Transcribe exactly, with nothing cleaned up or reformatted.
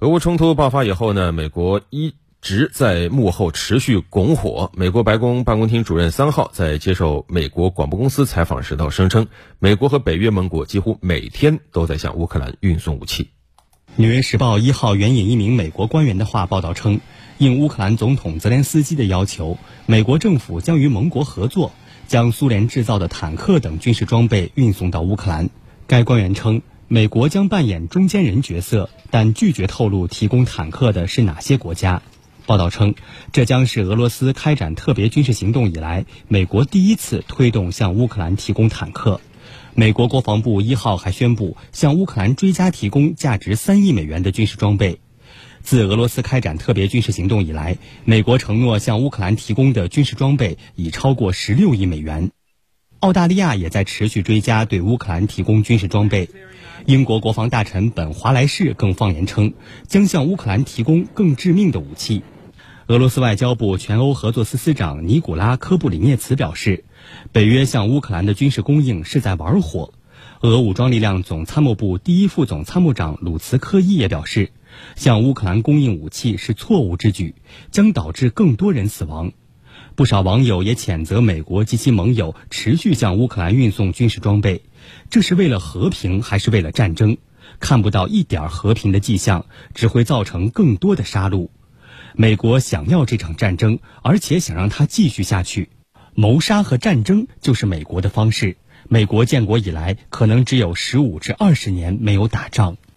俄乌冲突爆发以后呢，美国一直在幕后持续拱火。美国白宫办公厅主任三号在接受美国广播公司采访时，道声称，美国和北约盟国几乎每天都在向乌克兰运送武器。 纽约时报一号援引一名美国官员的话报道称，应乌克兰总统泽连斯基的要求，美国政府将与盟国合作，将苏联制造的坦克等军事装备运送到乌克兰。该官员称，美国将扮演中间人角色，但拒绝透露提供坦克的是哪些国家。报道称，这将是俄罗斯开展特别军事行动以来，美国第一次推动向乌克兰提供坦克。美国国防部一号还宣布，向乌克兰追加提供价值三亿美元的军事装备。自俄罗斯开展特别军事行动以来，美国承诺向乌克兰提供的军事装备已超过十六亿美元。澳大利亚也在持续追加对乌克兰提供军事装备。英国国防大臣本·华莱士更放言称，将向乌克兰提供更致命的武器。俄罗斯外交部全欧合作司司长尼古拉·科布里涅茨表示，北约向乌克兰的军事供应是在玩火。俄武装力量总参谋部第一副总参谋长鲁茨科伊也表示，向乌克兰供应武器是错误之举，将导致更多人死亡。不少网友也谴责美国及其盟友持续向乌克兰运送军事装备，这是为了和平还是为了战争？看不到一点和平的迹象，只会造成更多的杀戮。美国想要这场战争，而且想让它继续下去。谋杀和战争就是美国的方式。美国建国以来，可能只有十五至二十年没有打仗。